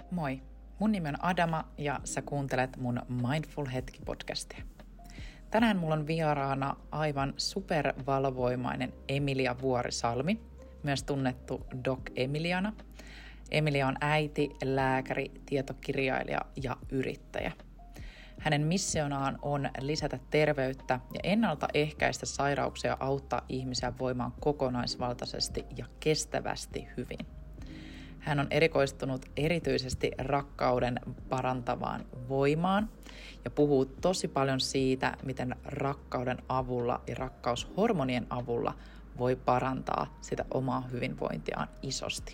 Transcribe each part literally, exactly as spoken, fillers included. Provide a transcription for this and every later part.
Moi, mun nimi on Adama ja sä kuuntelet mun Mindful Hetki-podcastia. Tänään mulla on vieraana aivan supervalvoimainen Emilia Vuorisalmi, myös tunnettu Doc Emiliana. Emilia on äiti, lääkäri, tietokirjailija ja yrittäjä. Hänen missionaan on lisätä terveyttä ja ennaltaehkäistä sairauksia ja auttaa ihmisiä voimaan kokonaisvaltaisesti ja kestävästi hyvin. Hän on erikoistunut erityisesti rakkauden parantavaan voimaan ja puhuu tosi paljon siitä, miten rakkauden avulla ja rakkaushormonien avulla voi parantaa sitä omaa hyvinvointiaan isosti.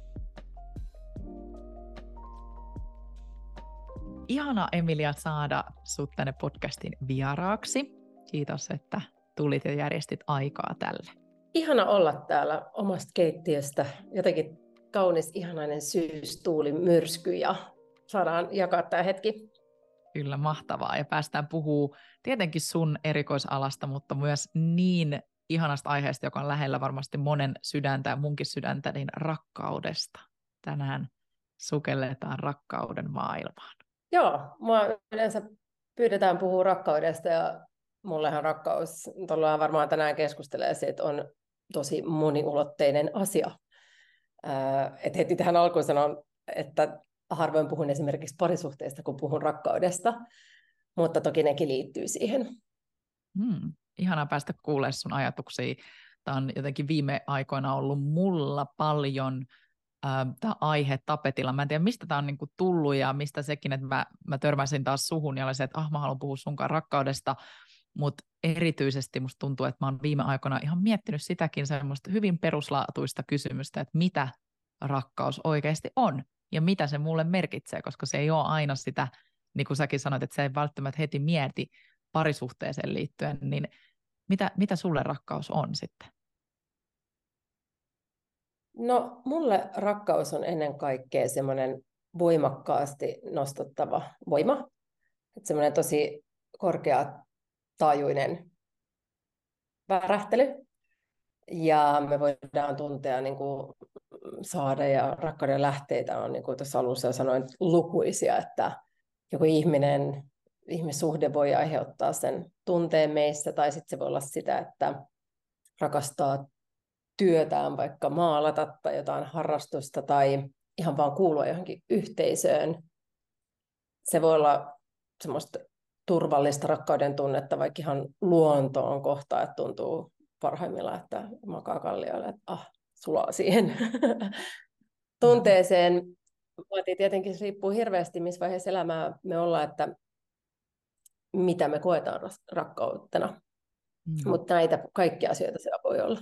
Ihana, Emilia, saada sut tänne podcastin vieraaksi. Kiitos, että tulit ja järjestit aikaa tälle. Ihana olla täällä omasta keittiöstä. Jotenkin kaunis, ihanainen syystuuli, myrsky ja saadaan jakaa tämä hetki. Kyllä, mahtavaa. Ja päästään puhumaan tietenkin sun erikoisalasta, mutta myös niin ihanasta aiheesta, joka on lähellä varmasti monen sydäntä ja munkin sydäntä, niin rakkaudesta. Tänään sukelletaan rakkauden maailmaan. Joo, mua yleensä pyydetään puhua rakkaudesta ja mullehan rakkaus, tullaan varmaan tänään keskustelee siitä, on tosi moniulotteinen asia. Et heti tähän alkuun sanon, että harvoin puhun esimerkiksi parisuhteesta, kun puhun rakkaudesta, mutta toki nekin liittyy siihen. Hmm, ihanaa päästä kuulemaan sun ajatuksia. Tämä on jotenkin viime aikoina ollut mulla paljon äh, tämä aihe tapetilla. Mä en tiedä, mistä tämä on niinku tullut ja mistä sekin, että mä, mä törmäsin taas suhun ja olisin, että ah, mä haluan puhua sunkaan rakkaudesta, mutta erityisesti musta tuntuu, että mä oon viime aikoina ihan miettinyt sitäkin semmoista hyvin peruslaatuista kysymystä, että mitä rakkaus oikeasti on ja mitä se mulle merkitsee, koska se ei ole aina sitä, niin kuin säkin sanoit, että se ei välttämättä heti mieti parisuhteeseen liittyen, niin mitä, mitä sulle rakkaus on sitten? No, mulle rakkaus on ennen kaikkea semmoinen voimakkaasti nostattava voima, että semmoinen tosi korkeataajuinen värähtely, ja me voidaan tuntea, niin kuin, saada, ja rakkauden lähteitä on, niin kuin tuossa alussa sanoin, lukuisia, että joku ihminen, ihmissuhde voi aiheuttaa sen tunteen meissä, tai sitten se voi olla sitä, että rakastaa työtään, vaikka maalata tai jotain harrastusta, tai ihan vaan kuulua johonkin yhteisöön. Se voi olla semmoista turvallista rakkauden tunnetta, vaikka ihan luontoon kohtaan, että tuntuu parhaimmillaan, että makaa kalliolle, että ah, sulaa siihen tunteeseen. Tietenkin se riippuu hirveästi, missä vaiheessa elämää me ollaan, että mitä me koetaan rakkautena. Mm. Mutta näitä kaikkia asioita siellä voi olla.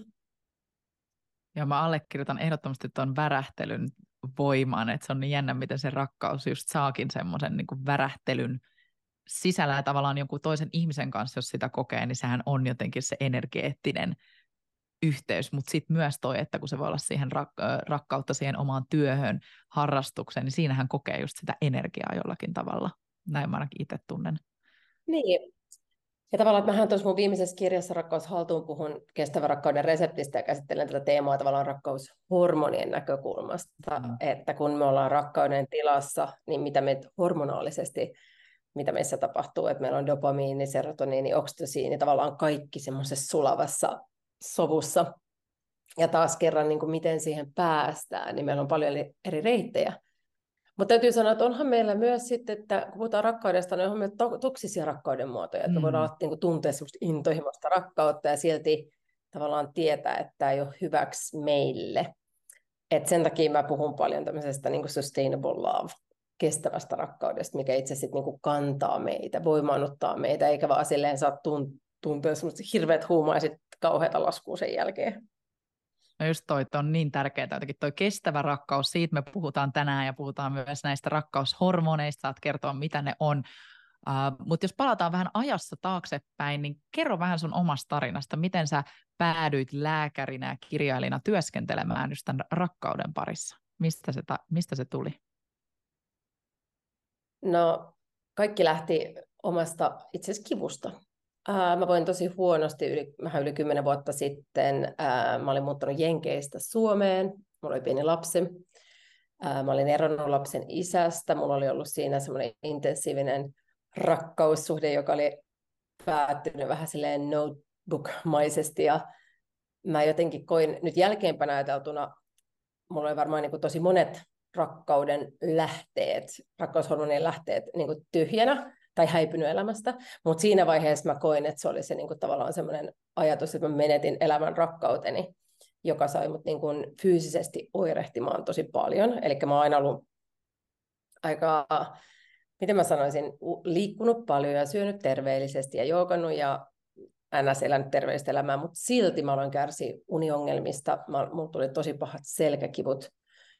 Ja mä allekirjoitan ehdottomasti tuon värähtelyn voimaan, että se on niin jännä, miten se rakkaus just saakin semmoisen niin kuin värähtelyn sisällä ja tavallaan jonkun toisen ihmisen kanssa, jos sitä kokee, niin sehän on jotenkin se energeettinen yhteys, mutta sitten myös toi, että kun se voi olla siihen rak- rakkautta siihen omaan työhön, harrastukseen, niin siinähän kokee just sitä energiaa jollakin tavalla. Näin mä ainakin itse tunnen. Niin. Ja tavallaan, että mähän tuossa mun viimeisessä kirjassa Rakkaus haltuun puhun kestävän rakkauden reseptistä ja käsittelen tätä teemaa tavallaan rakkaushormonien näkökulmasta, mm. että kun me ollaan rakkauden tilassa, niin mitä me hormonaalisesti, mitä meissä tapahtuu, että meillä on dopamiini, serotoniini, oksitosiini, tavallaan kaikki semmoisessa sulavassa sovussa. Ja taas kerran, niin kuin miten siihen päästään, niin meillä on paljon eri reittejä. Mutta täytyy sanoa, että onhan meillä myös sitten, että kun puhutaan rakkaudesta, niin onhan myös to- toksisia rakkauden muotoja. Että mm. me voidaan olla, niin kuin, tuntea semmoista intohimoista rakkautta ja silti tavallaan tietää, että tämä ei ole hyväksi meille. Et sen takia mä puhun paljon tämmöisestä niin kuin sustainable love, kestävästä rakkaudesta, mikä itse asiassa niin kuin kantaa meitä, voimaannuttaa meitä, eikä vaan silleen saa tun- tuntea semmoista hirveät huumaa ja sitten kauheata laskua sen jälkeen. No just toi, on niin tärkeää, jotenkin toi kestävä rakkaus, siitä me puhutaan tänään ja puhutaan myös näistä rakkaushormoneista, saat kertoa mitä ne on. Uh, mutta jos palataan vähän ajassa taaksepäin, niin kerro vähän sun omasta tarinasta, miten sä päädyit lääkärinä ja kirjailijana työskentelemään just tämän rakkauden parissa? Mistä se, ta- mistä se tuli? No kaikki lähti omasta itse asiassa kivusta. Ää, mä voin tosi huonosti, yli, vähän yli kymmenen vuotta sitten, ää, mä olin muuttanut Jenkeistä Suomeen, mulla oli pieni lapsi, Mä olin eronnut lapsen isästä, mulla oli ollut siinä semmoinen intensiivinen rakkaussuhde, joka oli päättynyt vähän silleen notebook-maisesti, ja mä jotenkin koin nyt jälkeenpäin ajateltuna, mulla oli varmaan niin kuin tosi monet rakkauden lähteet, rakkaushormonien lähteet niin kuin tyhjänä tai häipynyt elämästä, mutta siinä vaiheessa mä koin, että se oli se niin kuin tavallaan semmoinen ajatus, että mä menetin elämän rakkauteni, joka sai mut niin kuin fyysisesti oirehtimaan tosi paljon. Eli mä oon aina ollut aika, miten mä sanoisin, liikkunut paljon ja syönyt terveellisesti ja joogannut ja ns. Elänyt terveellistä elämää, mutta silti mä aloin kärsiä uniongelmista. Mulla tuli tosi pahat selkäkivut.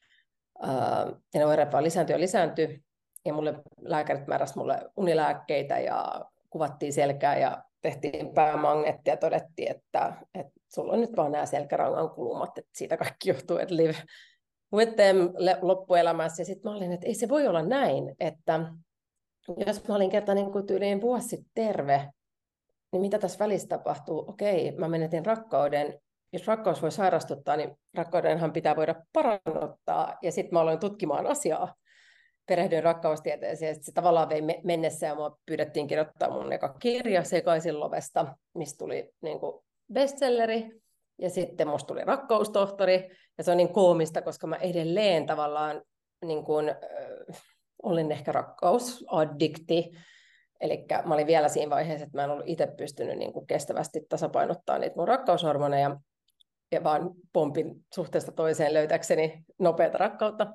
Ja ne oireet vaan lisääntyi ja lisääntyi. Ja mulle lääkärit määräsivät mulle unilääkkeitä ja kuvattiin selkää ja tehtiin päämagneettia ja todettiin, että, että sulla on nyt vaan nämä selkärangan kulumat, että siitä kaikki johtuu, että live with them loppuelämässä. Ja sitten mä olin, että ei se voi olla näin, että jos mä olin kerta niin kuin tyyliin vuosi terve, niin mitä tässä välissä tapahtuu? Okei, mä menetin rakkauden. Jos rakkaus voi sairastuttaa, niin rakkaudenhan pitää voida parannuttaa. Ja sitten mä aloin tutkimaan asiaa. Perehdyin rakkaustieteeseen, ja se tavallaan vei mennessä, ja mua pyydettiin kirjoittaa mun eka kirja Sekaisin lovesta, mistä tuli niin kuin bestselleri, ja sitten musta tuli rakkaustohtori, ja se on niin koomista, koska mä edelleen tavallaan niin kuin, äh, olin ehkä rakkausaddikti, eli mä olin vielä siinä vaiheessa, että mä en ollut itse pystynyt niin kuin kestävästi tasapainottaa niitä mun rakkaushormoneja, ja vaan pompin suhteesta toiseen löytäkseni nopeata rakkautta,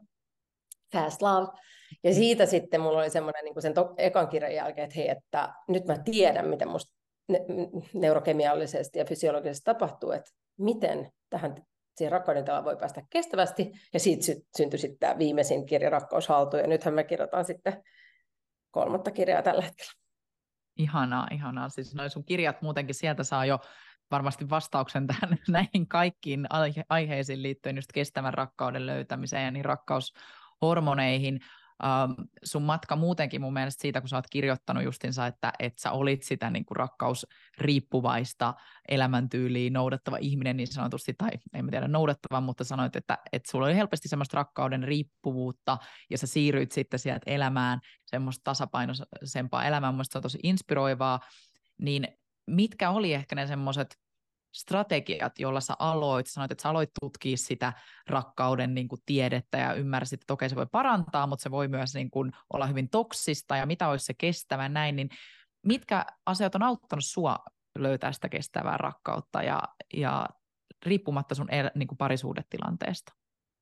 fast love. Ja siitä sitten mulla oli semmoinen niin kuin sen to- ekan kirjan jälkeen, että hei, että nyt mä tiedän, miten musta ne- neurokemiallisesti ja fysiologisesti tapahtuu, että miten tähän siihen rakkauden tilaan voi päästä kestävästi, ja siitä sy- syntyi sitten tämä viimeisin kirja Rakkaus haltuun, ja nythän me kirjoitan sitten kolmatta kirjaa tällä hetkellä. Ihanaa, ihanaa. Siis noi sun kirjat muutenkin sieltä saa jo varmasti vastauksen tähän näihin kaikkiin aihe- aiheisiin liittyen just kestävän rakkauden löytämiseen ja niin rakkaushormoneihin. Um, sun matka muutenkin mun mielestä siitä, kun sä oot kirjoittanut justinsa, että, että sä olit sitä niin kuin rakkausriippuvaista elämäntyyliä noudattava ihminen niin sanotusti, tai en mä tiedä noudattava, mutta sanoit, että, että sulla oli helposti semmoista rakkauden riippuvuutta, ja sä siirryit sitten sieltä elämään semmoista tasapainoisempaa elämää. Mun mielestä se on tosi inspiroivaa. Niin mitkä oli ehkä ne semmoiset strategiat, joilla sä aloit, sanoit, että sä aloit tutkia sitä rakkauden niin kuin tiedettä ja ymmärsit, että okei, se voi parantaa, mutta se voi myös niin kuin olla hyvin toksista ja mitä olisi se kestävä näin, niin mitkä asiat on auttanut sua löytää sitä kestävää rakkautta ja, ja riippumatta sun el, niin kuin parisuhdetilanteesta?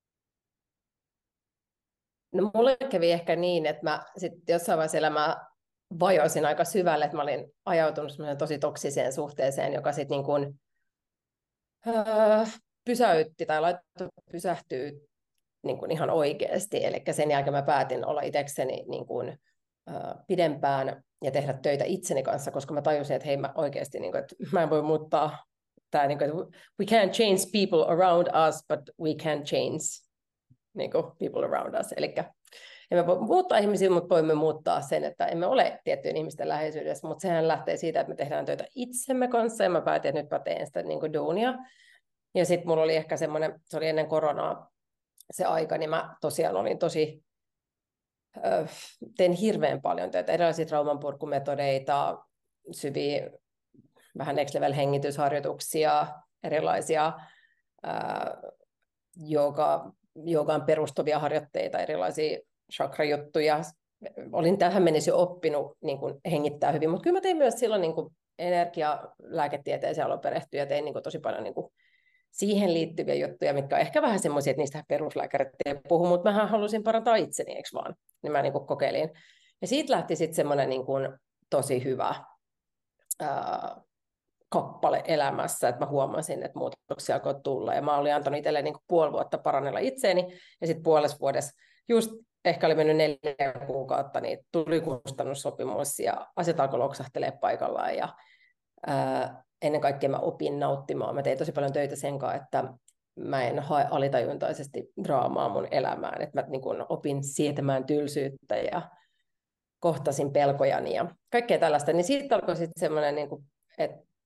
No mulle kävi ehkä niin, että mä sitten jossain vaiheessa elämää vajoisin aika syvälle, että mä olin ajautunut tosi toksiseen suhteeseen, joka sitten niin kuin Öö, pysäytti tai laittoi pysähtyä niin kuin ihan oikeasti. Eli sen jälkeen mä päätin olla itsekseni niin kuin, öö, pidempään ja tehdä töitä itseni kanssa, koska mä tajusin, että hei, mä oikeasti niin kuin, että mä en voi muuttaa tää, niin kuin, että we can't change people around us, but we can change niin kuin, people around us. Eli emme voi muuttaa ihmisiä, mutta voimme muuttaa sen, että emme ole tiettyjen ihmisten läheisyydessä, mutta sehän lähtee siitä, että me tehdään töitä itsemme kanssa, ja mä päätin, että nyt mä teen sitä niin kuin duunia. Ja sitten mulla oli ehkä semmoinen, se oli ennen koronaa se aika, niin mä tosiaan olin tosi, ö, tein hirveän paljon töitä, erilaisia traumanpurkumetodeita, syviä, vähän next level hengitysharjoituksia, erilaisia ö, jooga, joogaan perustuvia harjoitteita, erilaisia chakrajuttuja. Olin tähän mennessä jo oppinut niin kuin hengittää hyvin, mutta kyllä mä tein myös silloin niin kuin energialääketieteeseen aloin perehtyä ja tein niin kuin tosi paljon niin kuin siihen liittyviä juttuja, mitkä on ehkä vähän semmoisia, että niistä peruslääkärit ei puhu, mutta mähän halusin parantaa itseni, eikö vaan? Niin mä niin kuin kokeilin. Ja siitä lähti sitten semmoinen niin kuin tosi hyvä ää, kappale elämässä, että mä huomasin, että muutoksia alkoi tulla. Ja mä olin antanut itselle niin kuin puoli vuotta parannella itseäni, ja sitten puolessa vuodessa just ehkä oli mennyt neljä kuukautta, niin tuli kustannussopimus, ja asiat alkoi loksahtelee paikallaan, ja ää, ennen kaikkea mä opin nauttimaan. Mä tein tosi paljon töitä sen kanssa, että mä en hae alitajuntaisesti draamaa mun elämään, että mä niin kun opin sietämään tylsyyttä ja kohtasin pelkojani ja kaikkea tällaista. Niin siitä alkoi sitten semmoinen, niin että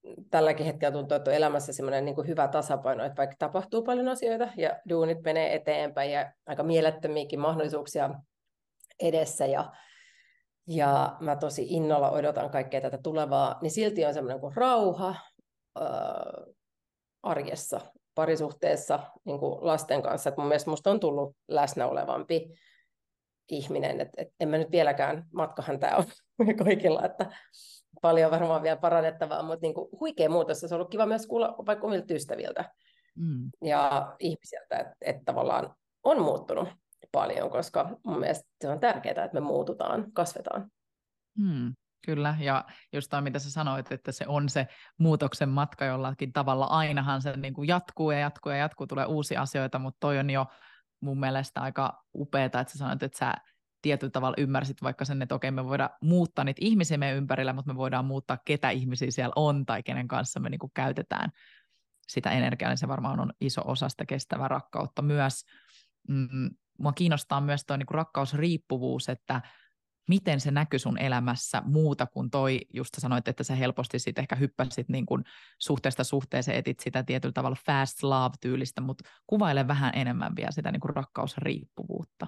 tälläkin hetkellä tuntuu, että on elämässä semmoinen niin kuin hyvä tasapaino, että vaikka tapahtuu paljon asioita ja duunit menee eteenpäin ja aika mielettömiäkin mahdollisuuksia edessä ja, ja mä tosi innolla odotan kaikkea tätä tulevaa, niin silti on semmoinen kuin rauha ää, arjessa, parisuhteessa niin kuin lasten kanssa. Et mun mielestä musta on tullut läsnä olevampi ihminen, että et en mä nyt vieläkään, matkahan tämä on kaikilla, että paljon varmaan vielä parannettavaa, mutta niin kuin huikea muutos. Se on ollut kiva myös kuulla vaikka omilta ystäviltä mm. ja ihmisiltä, että, että tavallaan on muuttunut paljon, koska mun mielestä se on tärkeää, että me muututaan, kasvetaan. Hmm, kyllä, ja just toi, mitä sä sanoit, että se on se muutoksen matka jollakin tavalla. Ainahan se niin kuin jatkuu ja jatkuu ja jatkuu, tulee uusia asioita, mutta toi on jo mun mielestä aika upeeta, että sä sanoit, että sä tietyllä tavalla ymmärsit vaikka sen, että okei, me voidaan muuttaa niitä ihmisiä meidän ympärillä, mutta me voidaan muuttaa, ketä ihmisiä siellä on tai kenen kanssa me niin kuin käytetään sitä energiaa, niin se varmaan on iso osa sitä kestävää rakkautta myös. Mm, mua kiinnostaa myös tuo niin kuin rakkausriippuvuus, että miten se näkyy sun elämässä muuta kuin toi, just sanoit, että sä helposti sit ehkä hyppäsit niin kuin suhteesta suhteeseen, etit sitä tietyllä tavalla fast love-tyylistä, mutta kuvaile vähän enemmän vielä sitä niin kuin rakkausriippuvuutta.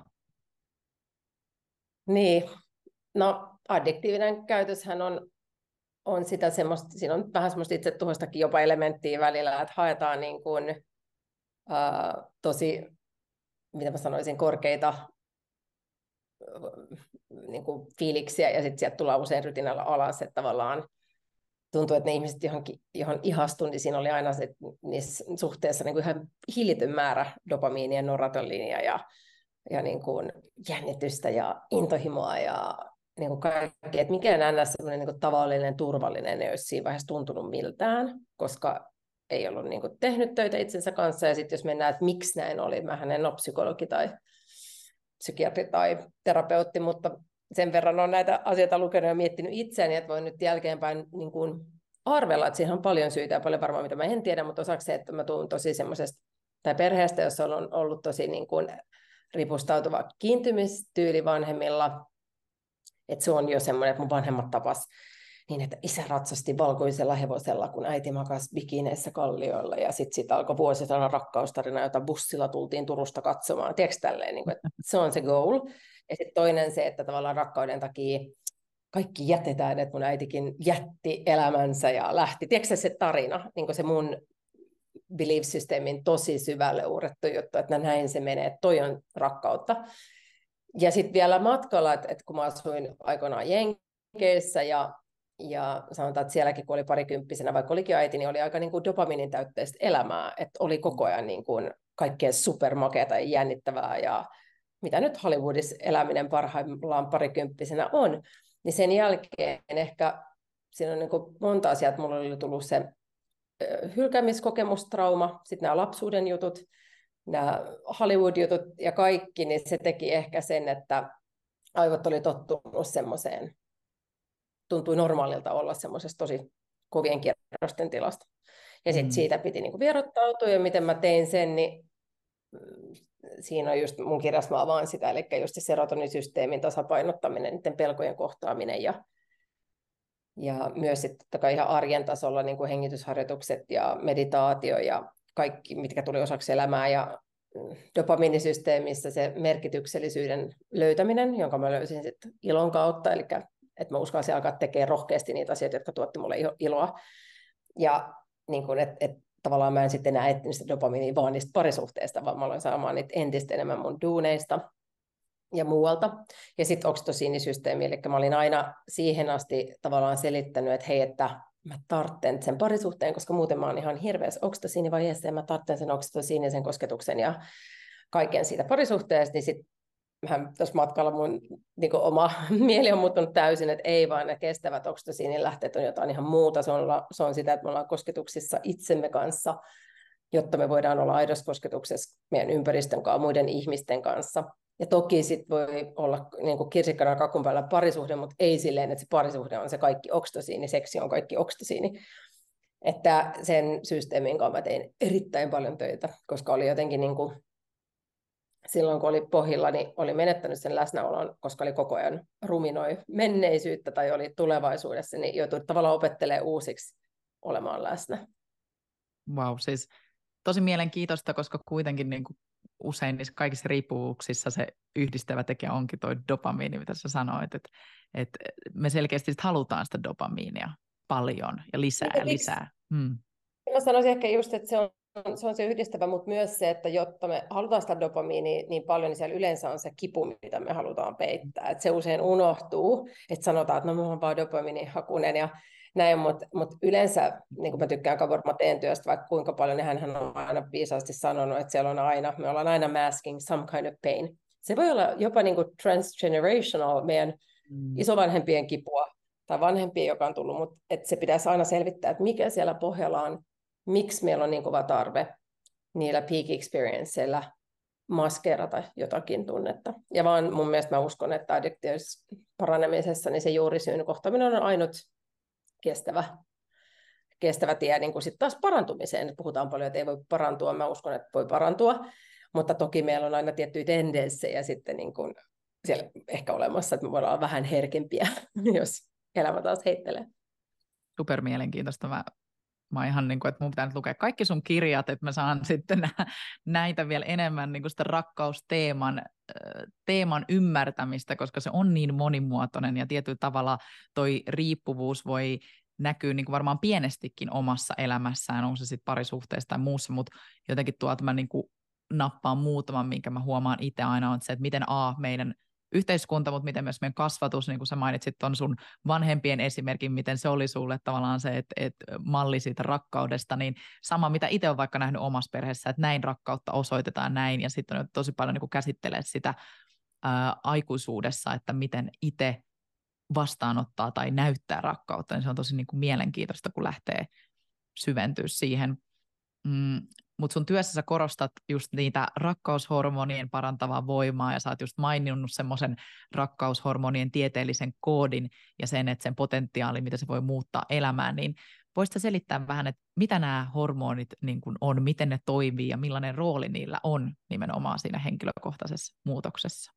Niin, no addiktiivinen käytöshän on, on sitä semmoista, siinä on vähän semmoista itsetuhoistakin jopa elementtiä välillä, että haetaan niin kuin, ää, tosi, mitä mä sanoisin, korkeita niin kuin fiiliksiä, ja sitten sieltä tullaan usein rytinällä alas, että tavallaan tuntuu, että ne ihmiset, johonkin, johon ihastui, niin siinä oli aina se, niissä suhteessa niin kuin ihan hillitön määrä dopamiinia, noradrenaliinia ja, ja niin kuin jännitystä ja intohimoa ja niin kuin kaikki, että mikään enää semmoinen niin kuin tavallinen, turvallinen ei olisi siinä vaiheessa tuntunut miltään, koska ei ollut niin kuin tehnyt töitä itsensä kanssa, ja sitten jos mennään, että miksi näin oli, mähän en ole psykologi tai psykiatri tai terapeutti, mutta sen verran on näitä asioita lukenut ja miettinyt itseäni, että voin nyt jälkeenpäin niin kuin arvella, että siihen on paljon syitä ja paljon varmaan, mitä mä en tiedä, mutta osaksi se, että mä tuun tosi semmoisesta, tai perheestä, jossa on ollut tosi niin kuin ripustautuva kiintymistyyli vanhemmilla, että se on jo semmoinen, että mun vanhemmat tapas niin, että isä ratsasti valkoisella hevosella, kun äiti makasi bikineissä kallioilla, ja sitten siitä alkoi vuosittain rakkaustarina, jota bussilla tultiin Turusta katsomaan. Tiedätkö tälleen, niin kuin, että se on se goal. Ja sitten toinen se, että tavallaan rakkauden takia kaikki jätetään, että mun äitikin jätti elämänsä ja lähti. Tiedätkö se tarina, niin kuin se mun belief-systeemin tosi syvälle uurrettu juttu, että näin se menee, että toi on rakkautta. Ja sitten vielä matkalla, että, että kun mä asuin aikoinaan Jenkeissä ja Ja sanotaan, että sielläkin kun oli parikymppisenä, vaikka olikin äiti, niin oli aika niin kuin dopaminin täytteistä elämää, että oli koko ajan niin kuin kaikkea supermakeata ja jännittävää ja mitä nyt Hollywoodissa eläminen parhaillaan parikymppisenä on, niin sen jälkeen ehkä siinä on niin kuin monta asiaa, että mulla oli tullut se hylkäämiskokemustrauma, sitten nämä lapsuuden jutut, nämä Hollywood-jutut ja kaikki, niin se teki ehkä sen, että aivot oli tottunut semmoiseen, tuntui normaalilta olla semmoisessa tosi kovien kierrosten tilasta. Ja sitten mm. siitä piti niinku vierottautua, ja miten mä tein sen, niin siinä on just mun kirjassa mä avaan sitä, eli just se serotonisysteemin tasapainottaminen, niiden pelkojen kohtaaminen, ja, ja myös sitten ihan arjen tasolla niin kuin hengitysharjoitukset ja meditaatio ja kaikki, mitkä tuli osaksi elämää, ja dopamiinisysteemissä se merkityksellisyyden löytäminen, jonka mä löysin sitten ilon kautta, eli että mä uskalsin alkaa tekemään rohkeasti niitä asioita, jotka tuotti mulle iloa. Ja niin kun, et, et, tavallaan mä en sitten enää etsinyt sitä dopamiinia vaan niistä parisuhteista, vaan mä aloin saamaan niitä entistä enemmän mun duuneista ja muualta. Ja sitten oksitosiinisysteemi, eli mä olin aina siihen asti tavallaan selittänyt, että hei, että mä tartten sen parisuhteen, koska muuten mä oon ihan hirveässä oksitosiinivaiheessa, ja mä tartten sen oksitosiinisen kosketuksen ja kaiken siitä parisuhteesta, niin sitten tuossa matkalla mun niin kuin oma mieli on muuttunut täysin, että ei vaan ne kestävät oksitosiinin lähteet on jotain ihan muuta. Se on, se on sitä, että me ollaan kosketuksissa itsemme kanssa, jotta me voidaan olla aidossa kosketuksessa meidän ympäristön kanssa, muiden ihmisten kanssa. Ja toki sitten voi olla niin kuin kirsikkana kakun päällä parisuhde, mutta ei silleen, että se parisuhde on se kaikki oksitosiini, seksi on kaikki oksitosiini. Että sen systeemin kanssa mä tein erittäin paljon töitä, koska oli jotenkin niin kuin silloin kun oli pohjilla, niin oli menettänyt sen läsnäolon, koska oli koko ajan ruminoi menneisyyttä tai oli tulevaisuudessa, niin joutui tavallaan opettelemaan uusiksi olemaan läsnä. Wow, siis tosi mielenkiintoista, koska kuitenkin niin kuin usein niissä kaikissa riippuvuuksissa se yhdistävä tekijä onkin toi dopamiini, mitä sä sanoit, että, että me selkeästi sit halutaan sitä dopamiinia paljon ja lisää Niin, ja lisää. Hmm. mä sanoisin ehkä just, että se on, se on se yhdistävä, mutta myös se, että jotta me halutaan sitä dopamiinia niin paljon, niin siellä yleensä on se kipu, mitä me halutaan peittää. Että se usein unohtuu, että sanotaan, että no mä oon vaan dopamiinihakunen ja näin, mutta mut yleensä, niin kuin mä tykkään Gabor Mateen työstä, vaikka kuinka paljon, niin hän on aina viisaasti sanonut, että siellä on aina, me ollaan aina masking some kind of pain. Se voi olla jopa niin kuin transgenerational, meidän Mm. isovanhempien kipua tai vanhempien, joka on tullut, mutta että se pitäisi aina selvittää, että mikä siellä pohjalla on, miksi meillä on niin kova tarve niillä peak experienceillä maskeerata jotakin tunnetta. Ja vaan mun mielestä mä uskon, että addictious paranemisessa niin se juurisyyn kohtaaminen on ainut kestävä, kestävä tie niin kuin sitten taas parantumiseen. Nyt puhutaan paljon, että ei voi parantua, mä uskon, että voi parantua, mutta toki meillä on aina tiettyjä tendenssejä sitten niin kuin siellä ehkä olemassa, että me voidaan olla vähän herkempiä, jos elämä taas heittelee. Super mielenkiintoista. Mä, mä oon ihan niin kuin, että mun pitää nyt lukea kaikki sun kirjat, että mä saan sitten nä, näitä vielä enemmän niin kuin sitä rakkausteeman teeman ymmärtämistä, koska se on niin monimuotoinen ja tietyllä tavalla toi riippuvuus voi näkyy niin kuin varmaan pienestikin omassa elämässään, on se sitten parisuhteessa tai muussa, mutta jotenkin tuolta mä niin kuin nappaan muutaman, minkä mä huomaan itse aina, on se, että miten A, meidän yhteiskunta, mutta miten myös meidän kasvatus, niin kuin sä mainitsit on sun vanhempien esimerkin, miten se oli sulle tavallaan se, että, että malli siitä rakkaudesta, niin sama mitä itse on vaikka nähnyt omassa perheessä, että näin rakkautta osoitetaan näin, ja sitten on tosi paljon niin kuin käsittelee sitä ää, aikuisuudessa, että miten itse vastaanottaa tai näyttää rakkautta, niin se on tosi niin kuin mielenkiintoista, kun lähtee syventyä siihen. Mm, mutta sun työssä sä korostat just niitä rakkaushormonien parantavaa voimaa, ja sä oot just maininnut semmoisen rakkaushormonien tieteellisen koodin ja sen, että sen potentiaali, mitä se voi muuttaa elämään, niin voisitko selittää vähän, että mitä nämä hormonit niin kun on, miten ne toimii ja millainen rooli niillä on nimenomaan siinä henkilökohtaisessa muutoksessa?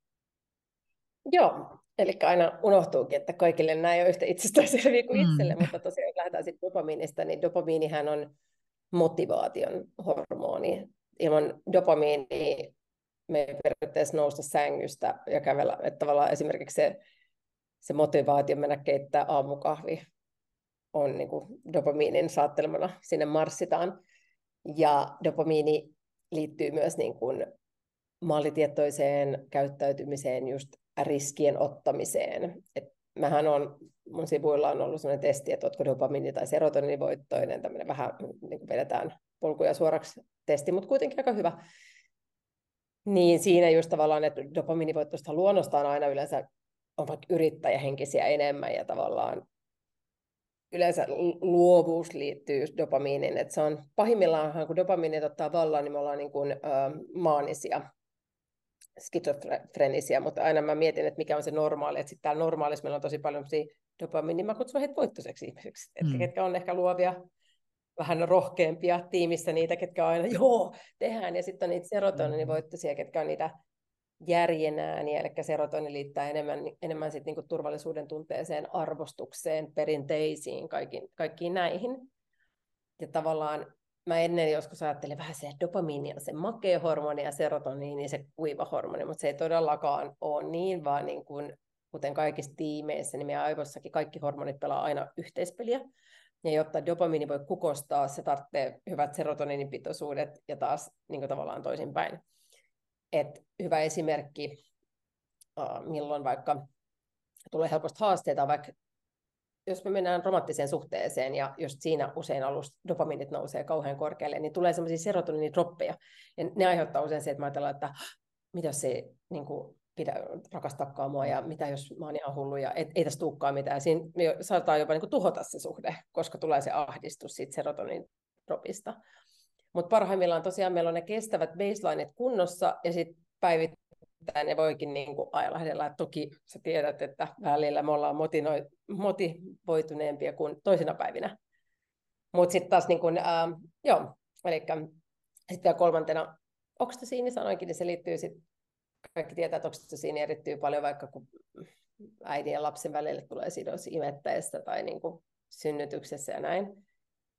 Joo, eli aina unohtuukin, että kaikille nämä ei ole yhtä itsestäänselviä kuin itselle, Mm. mutta tosiaan jos lähdetään sitten dopamiinista, niin dopamiinihän on motivaation hormoni. Ilman dopamiinia me ei periaatteessa nousta sängystä ja kävellä, että tavallaan esimerkiksi se, se motivaatio mennä keittää aamukahvi on niin kuin dopamiinin saattelemana, sinne marssitaan. Ja dopamiini liittyy myös niin kuin maalitietoiseen käyttäytymiseen, just riskien ottamiseen. Et mähän on, mun sivuilla on ollut sellainen testi, että oletko dopamiini- tai serotoniinivoittoinen, tämmöinen vähän niin kuin vedetään polkuja suoraksi testi, mutta kuitenkin aika hyvä. Niin siinä just tavallaan, että dopamiinivoittoista luonnostaan aina yleensä on vaikka yrittäjähenkisiä enemmän ja tavallaan yleensä luovuus liittyy just dopamiiniin, että se on pahimmillaan, kun dopamiinit ottaa vallaan, niin me ollaan niin kuin, ö, maanisia, skitsofrenisia, mutta aina mä mietin, että mikä on se normaali, että sitten täällä normaalissa meillä on tosi paljon dopamiinia, mä kutsun heitä voittoiseksi ihmisiksi, että mm. ketkä on ehkä luovia, vähän rohkeampia tiimissä niitä, ketkä on aina, joo, tehdään, ja sitten on niitä serotoninivoittoisia, ketkä on niitä järjen ääniä, eli serotoni liittää enemmän, enemmän sit niinku turvallisuuden tunteeseen, arvostukseen, perinteisiin, kaikkiin, kaikkiin näihin. Ja tavallaan mä ennen joskus ajattelin vähän se, että dopamiini on se makea hormoni ja serotoniini se kuiva hormoni, mutta se ei todellakaan ole niin, vaan niin kuin, kuten kaikissa tiimeissä, niin meidän aivossakin kaikki hormonit pelaa aina yhteispeliä. Ja jotta dopamiini voi kukostaa, se tarvitsee hyvät serotoniinipitoisuudet ja taas niin kuin tavallaan toisinpäin. Et hyvä esimerkki, milloin vaikka tulee helposti haasteita, vaikka jos me mennään romanttiseen suhteeseen ja jos siinä usein alussa dopamiinit nousee kauhean korkealle, niin tulee sellaisia serotoninidroppeja. Ja ne aiheuttaa usein se, että mä ajatellaan, että mitä jos se niin kuin, pidä rakastakaan mua ja mitä jos mä oon ihan hullu ja ei, ei tässä tulekaan mitään. Siinä me saattaa jopa niin kuin, tuhota se suhde, koska tulee se ahdistus siitä serotoninidropista. Mutta parhaimmillaan tosiaan meillä on ne kestävät baselineit kunnossa ja sitten päivittäin ne voikin niin kuin ailahdella. Toki sä tiedät, että välillä me ollaan motivoituneempia kuin toisina päivinä. Mutta sitten taas, niin kuin, äh, joo, eli sitten vielä kolmantena oksitosiini sanoinkin, niin se liittyy sitten, kaikki tietää, että oksitosiini erittyy paljon vaikka kun äidin ja lapsen välille tulee sidos imettäessä tai niin kuin synnytyksessä ja näin.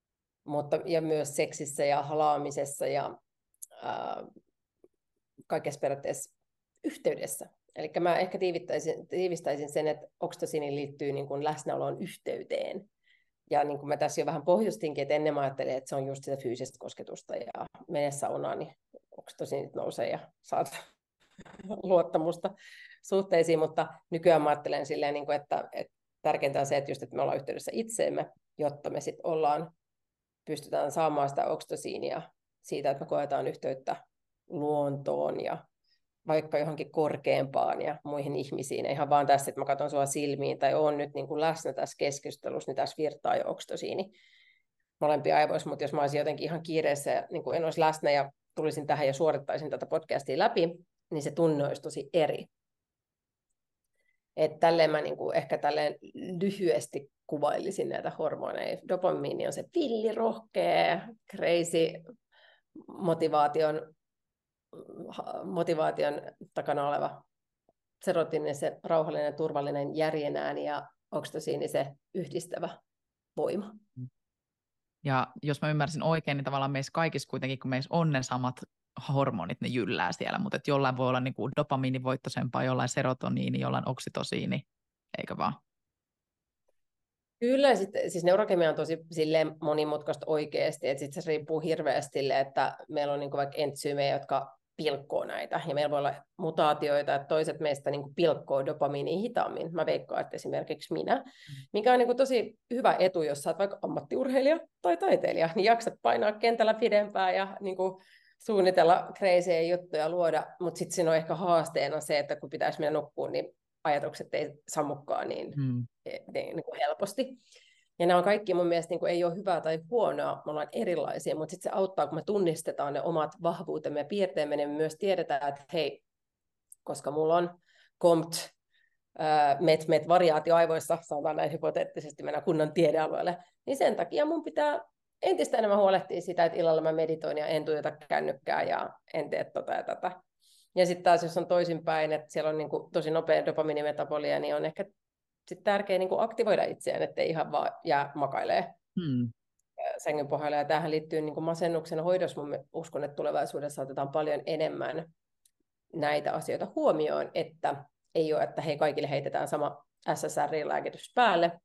mutta, ja myös seksissä ja halaamisessa ja ää, kaikessa periaatteessa yhteydessä. Eli mä ehkä tiivistäisin, tiivistäisin sen, että oksitosiini liittyy niin kuin läsnäoloon yhteyteen. Ja niin kuin mä tässä jo vähän pohjustinkin, että ennen mä ajattelin, että se on just sitä fyysistä kosketusta ja menessä onaan, niin oksitosiinit nousee ja saat luottamusta suhteisiin, mutta nykyään mä ajattelen silleen, niin kuin, että, että tärkeintä on se, että, just, että me ollaan yhteydessä itseemme, jotta me sitten ollaan, pystytään saamaan sitä oksitosiinia siitä, että me koetaan yhteyttä luontoon ja vaikka johonkin korkeampaan ja muihin ihmisiin. Ihan vaan tässä, että mä katson sua silmiin tai on nyt niin kuin läsnä tässä keskustelussa, niin tässä virtaa jo oksitosiini molempia aivoissa, mutta jos mä olisin jotenkin ihan kiireessä ja niin kuin en olisi läsnä ja tulisin tähän ja suorittaisin tätä podcastia läpi, niin se tunne olisi tosi eri. Että tälleen mä niin kuin ehkä tälleen lyhyesti kuvailisin näitä hormoneja. Dopamiini on se villirohkea, crazy motivaation motivaation takana oleva serotoniini, se rauhallinen, turvallinen, järjen ja oksitosiini, se yhdistävä voima. Ja jos mä ymmärsin oikein, niin tavallaan meissä kaikissa kuitenkin, kun meissä on ne samat hormonit, ne jyllää siellä, mutta että jollain voi olla niin kuin dopamiinivoittoisempaa, jollain serotoniini, jollain oksitosiini, eikö vaan? Kyllä, sit, siis neurokemia on tosi silleen monimutkaista oikeasti, että sit se riippuu hirveästi sille, että meillä on niinku vaikka entsyymejä, jotka pilkkoo näitä, ja meillä voi olla mutaatioita, että toiset meistä niinku pilkkoo dopamiinia hitaammin. Mä veikkaan, että esimerkiksi minä, mikä on niinku tosi hyvä etu, jos sä oot vaikka ammattiurheilija tai taiteilija, niin jaksat painaa kentällä pidempään ja niinku suunnitella crazyjä juttuja luoda, mutta sitten siinä on ehkä haasteena se, että kun pitäisi mennä nukkuun, niin ajatukset ei sammukaan niin, hmm. niin kuin helposti. Ja nämä on kaikki mun mielestä niin kuin ei ole hyvää tai huonoa, me ollaan erilaisia, mutta sitten se auttaa, kun me tunnistetaan ne omat vahvuutemme ja piirteemme, niin me myös tiedetään, että hei, koska mulla on kompt, met, met variaatio aivoissa, sanotaan näin hypoteettisesti mennä kunnan tiedealueelle, niin sen takia mun pitää entistä enemmän huolehtia sitä, että illalla mä meditoin ja en tuijota kännykkää ja en tee tota ja tätä. Ja sitten taas, jos on toisinpäin, että siellä on niinku tosi nopea dopamiinimetabolia, niin on ehkä sit tärkeää niinku aktivoida itseään, ettei ihan vaan jää makailee hmm. sängyn pohjalle. Ja tämähän liittyy niinku masennuksen hoidossa. Mä uskon, että tulevaisuudessa otetaan paljon enemmän näitä asioita huomioon, että ei ole, että hei, kaikille heitetään sama S S R I-lääkitys päälle,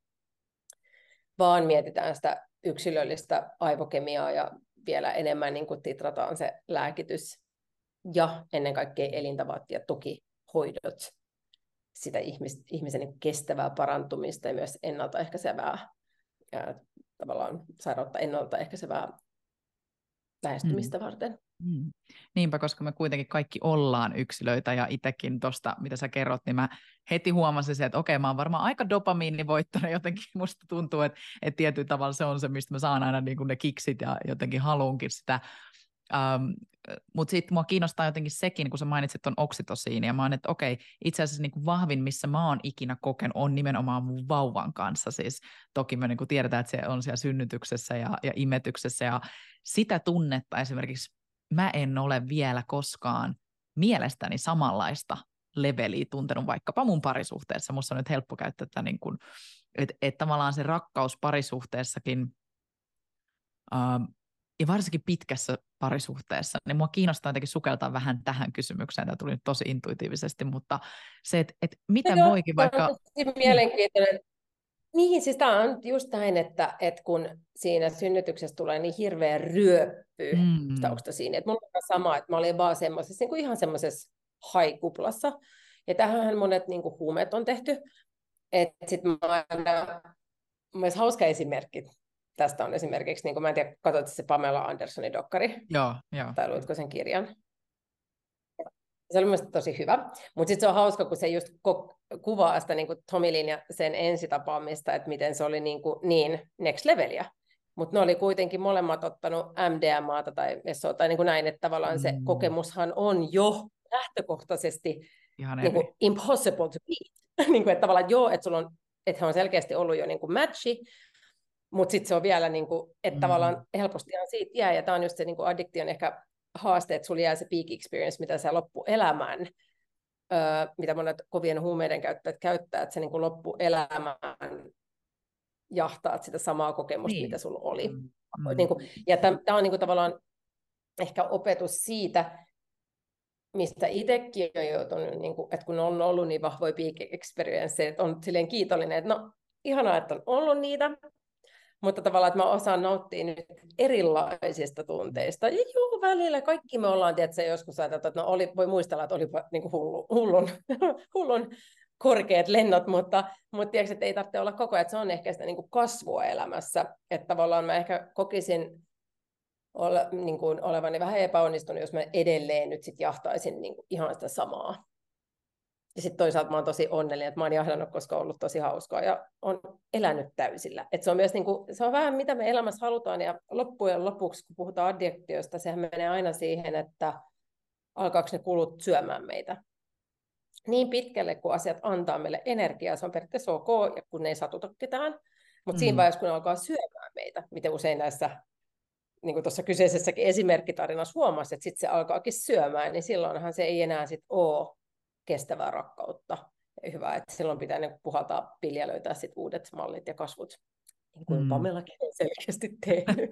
vaan mietitään sitä yksilöllistä aivokemiaa ja vielä enemmän niinku titrataan se lääkitys. Ja ennen kaikkea elintavat ja tukihoidot, sitä ihmis, ihmisen kestävää parantumista ja myös ennaltaehkäisevää, ja tavallaan sairautta ennaltaehkäisevää lähestymistä mm. varten. Mm. Niinpä, koska me kuitenkin kaikki ollaan yksilöitä ja itsekin tuosta, mitä sä kerrot, niin mä heti huomasin se, että okei, mä oon varmaan aika dopamiinivoittoinen jotenkin. Musta tuntuu, että, että tietyllä tavalla se on se, mistä mä saan aina niin kuin ne kiksit ja jotenkin haluunkin sitä. Um, mutta sitten mua kiinnostaa jotenkin sekin, kun sä mainitsit ton oksitosiini, ja mä oon, että okei, itse asiassa niin kuin vahvin, missä mä oon ikinä kokenut, on nimenomaan mun vauvan kanssa. Siis toki me niin kuin tiedetään, että se on siellä synnytyksessä ja, ja imetyksessä, ja sitä tunnetta esimerkiksi mä en ole vielä koskaan mielestäni samanlaista leveliä tuntenut vaikkapa mun parisuhteessa. Musta on nyt helppo käyttää tätä, niin kuin, että, että tavallaan se rakkaus parisuhteessakin, um, ja varsinkin pitkässä parisuhteessa, niin mua kiinnostaa jotenkin sukeltaa vähän tähän kysymykseen. Tämä tuli nyt tosi intuitiivisesti, mutta se, että, että miten no, voikin vaikka... On mielenkiintoinen. Niin, siis tämä on just näin, että, että kun siinä synnytyksessä tulee niin hirveä ryöppy mm. sitä oksitosiinia, että mulla on sama, että mä olin vaan semmoisessa, niin kuin ihan semmoisessa haikuplassa, ja tähän monet niin kuin huumeet on tehty, että sitten mä aina, mielestäni hauska esimerkki tästä on esimerkiksi, niin kuin mä en tiedä, katsoit se Pamela Andersonin dokkari, joo, joo. tai luitko sen kirjan? Se oli mielestäni tosi hyvä, mutta sitten se on hauska, kun se just kuvaa sitä niin kuin Tommy Lyn ja sen ensitapaamista, että miten se oli niin, kuin, niin next leveliä. Mutta ne oli kuitenkin molemmat ottanut M D M A:ta tai Mesoa tai niin kuin näin, että tavallaan mm. se kokemushan on jo lähtökohtaisesti niin kuin impossible to beat. niin kuin, että tavallaan joo, että sulla on, että he on selkeästi ollut jo niin kuin matchi, mutta sitten se on vielä, niin kuin, että mm. tavallaan helpostihan siitä jää, ja tämä on just se niin kuin addiktion ehkä haaste, että sulla jää se peak experience, mitä sä loppuelämään, öö, mitä monet kovien huumeiden käyttäjät käyttää, että sä niin kuin loppuelämään jahtaat sitä samaa kokemusta, niin. mitä sulla oli. mm. niin kuin, ja tämä on niin kuin tavallaan ehkä opetus siitä, mistä itsekin on joutunut, niin kuin, että kun on ollut niin vahvoja peak experienceja, että on silleen kiitollinen, että no ihanaa, että on ollut niitä, mutta tavallaan, että mä osaan nauttia nyt erilaisista tunteista. Ja joo, välillä kaikki me ollaan, tietysti joskus ajateltu, että no oli, voi muistella, että olipa niin kuin hullu, hullun, hullun korkeat lennot, mutta, mutta tiedätkö, että ei tarvitse olla koko ajan, että se on ehkä sitä niin kuin kasvua elämässä. Että tavallaan mä ehkä kokisin ole, niin kuin olevani vähän epäonnistunut, jos mä edelleen nyt sit jahtaisin niin kuin ihan sitä samaa. Ja sitten toisaalta mä oon tosi onnellinen, että mä oon jahdannut, koska on ollut tosi hauskaa ja on elänyt täysillä. Et se on myös niin kuin, se on vähän mitä me elämässä halutaan, ja loppujen lopuksi, kun puhutaan addiktiosta, sehän menee aina siihen, että alkaako ne kulut syömään meitä. Niin pitkälle, kun asiat antaa meille energiaa, se on periaatteessa ok, ja kun ne ei satuta ketään. Mutta mm. siinä vaiheessa, kun ne alkaa syömään meitä, miten usein näissä, niin kuin tuossa kyseisessäkin esimerkkitarinassa huomasi, että sitten se alkaakin syömään, niin silloinhan se ei enää sit ole kestävää rakkautta. Ja hyvä, että silloin pitää niin puhaltaa pilja ja löytää sit uudet mallit ja kasvut, niin kuin mm. Pamelakin on selkeästi tehnyt.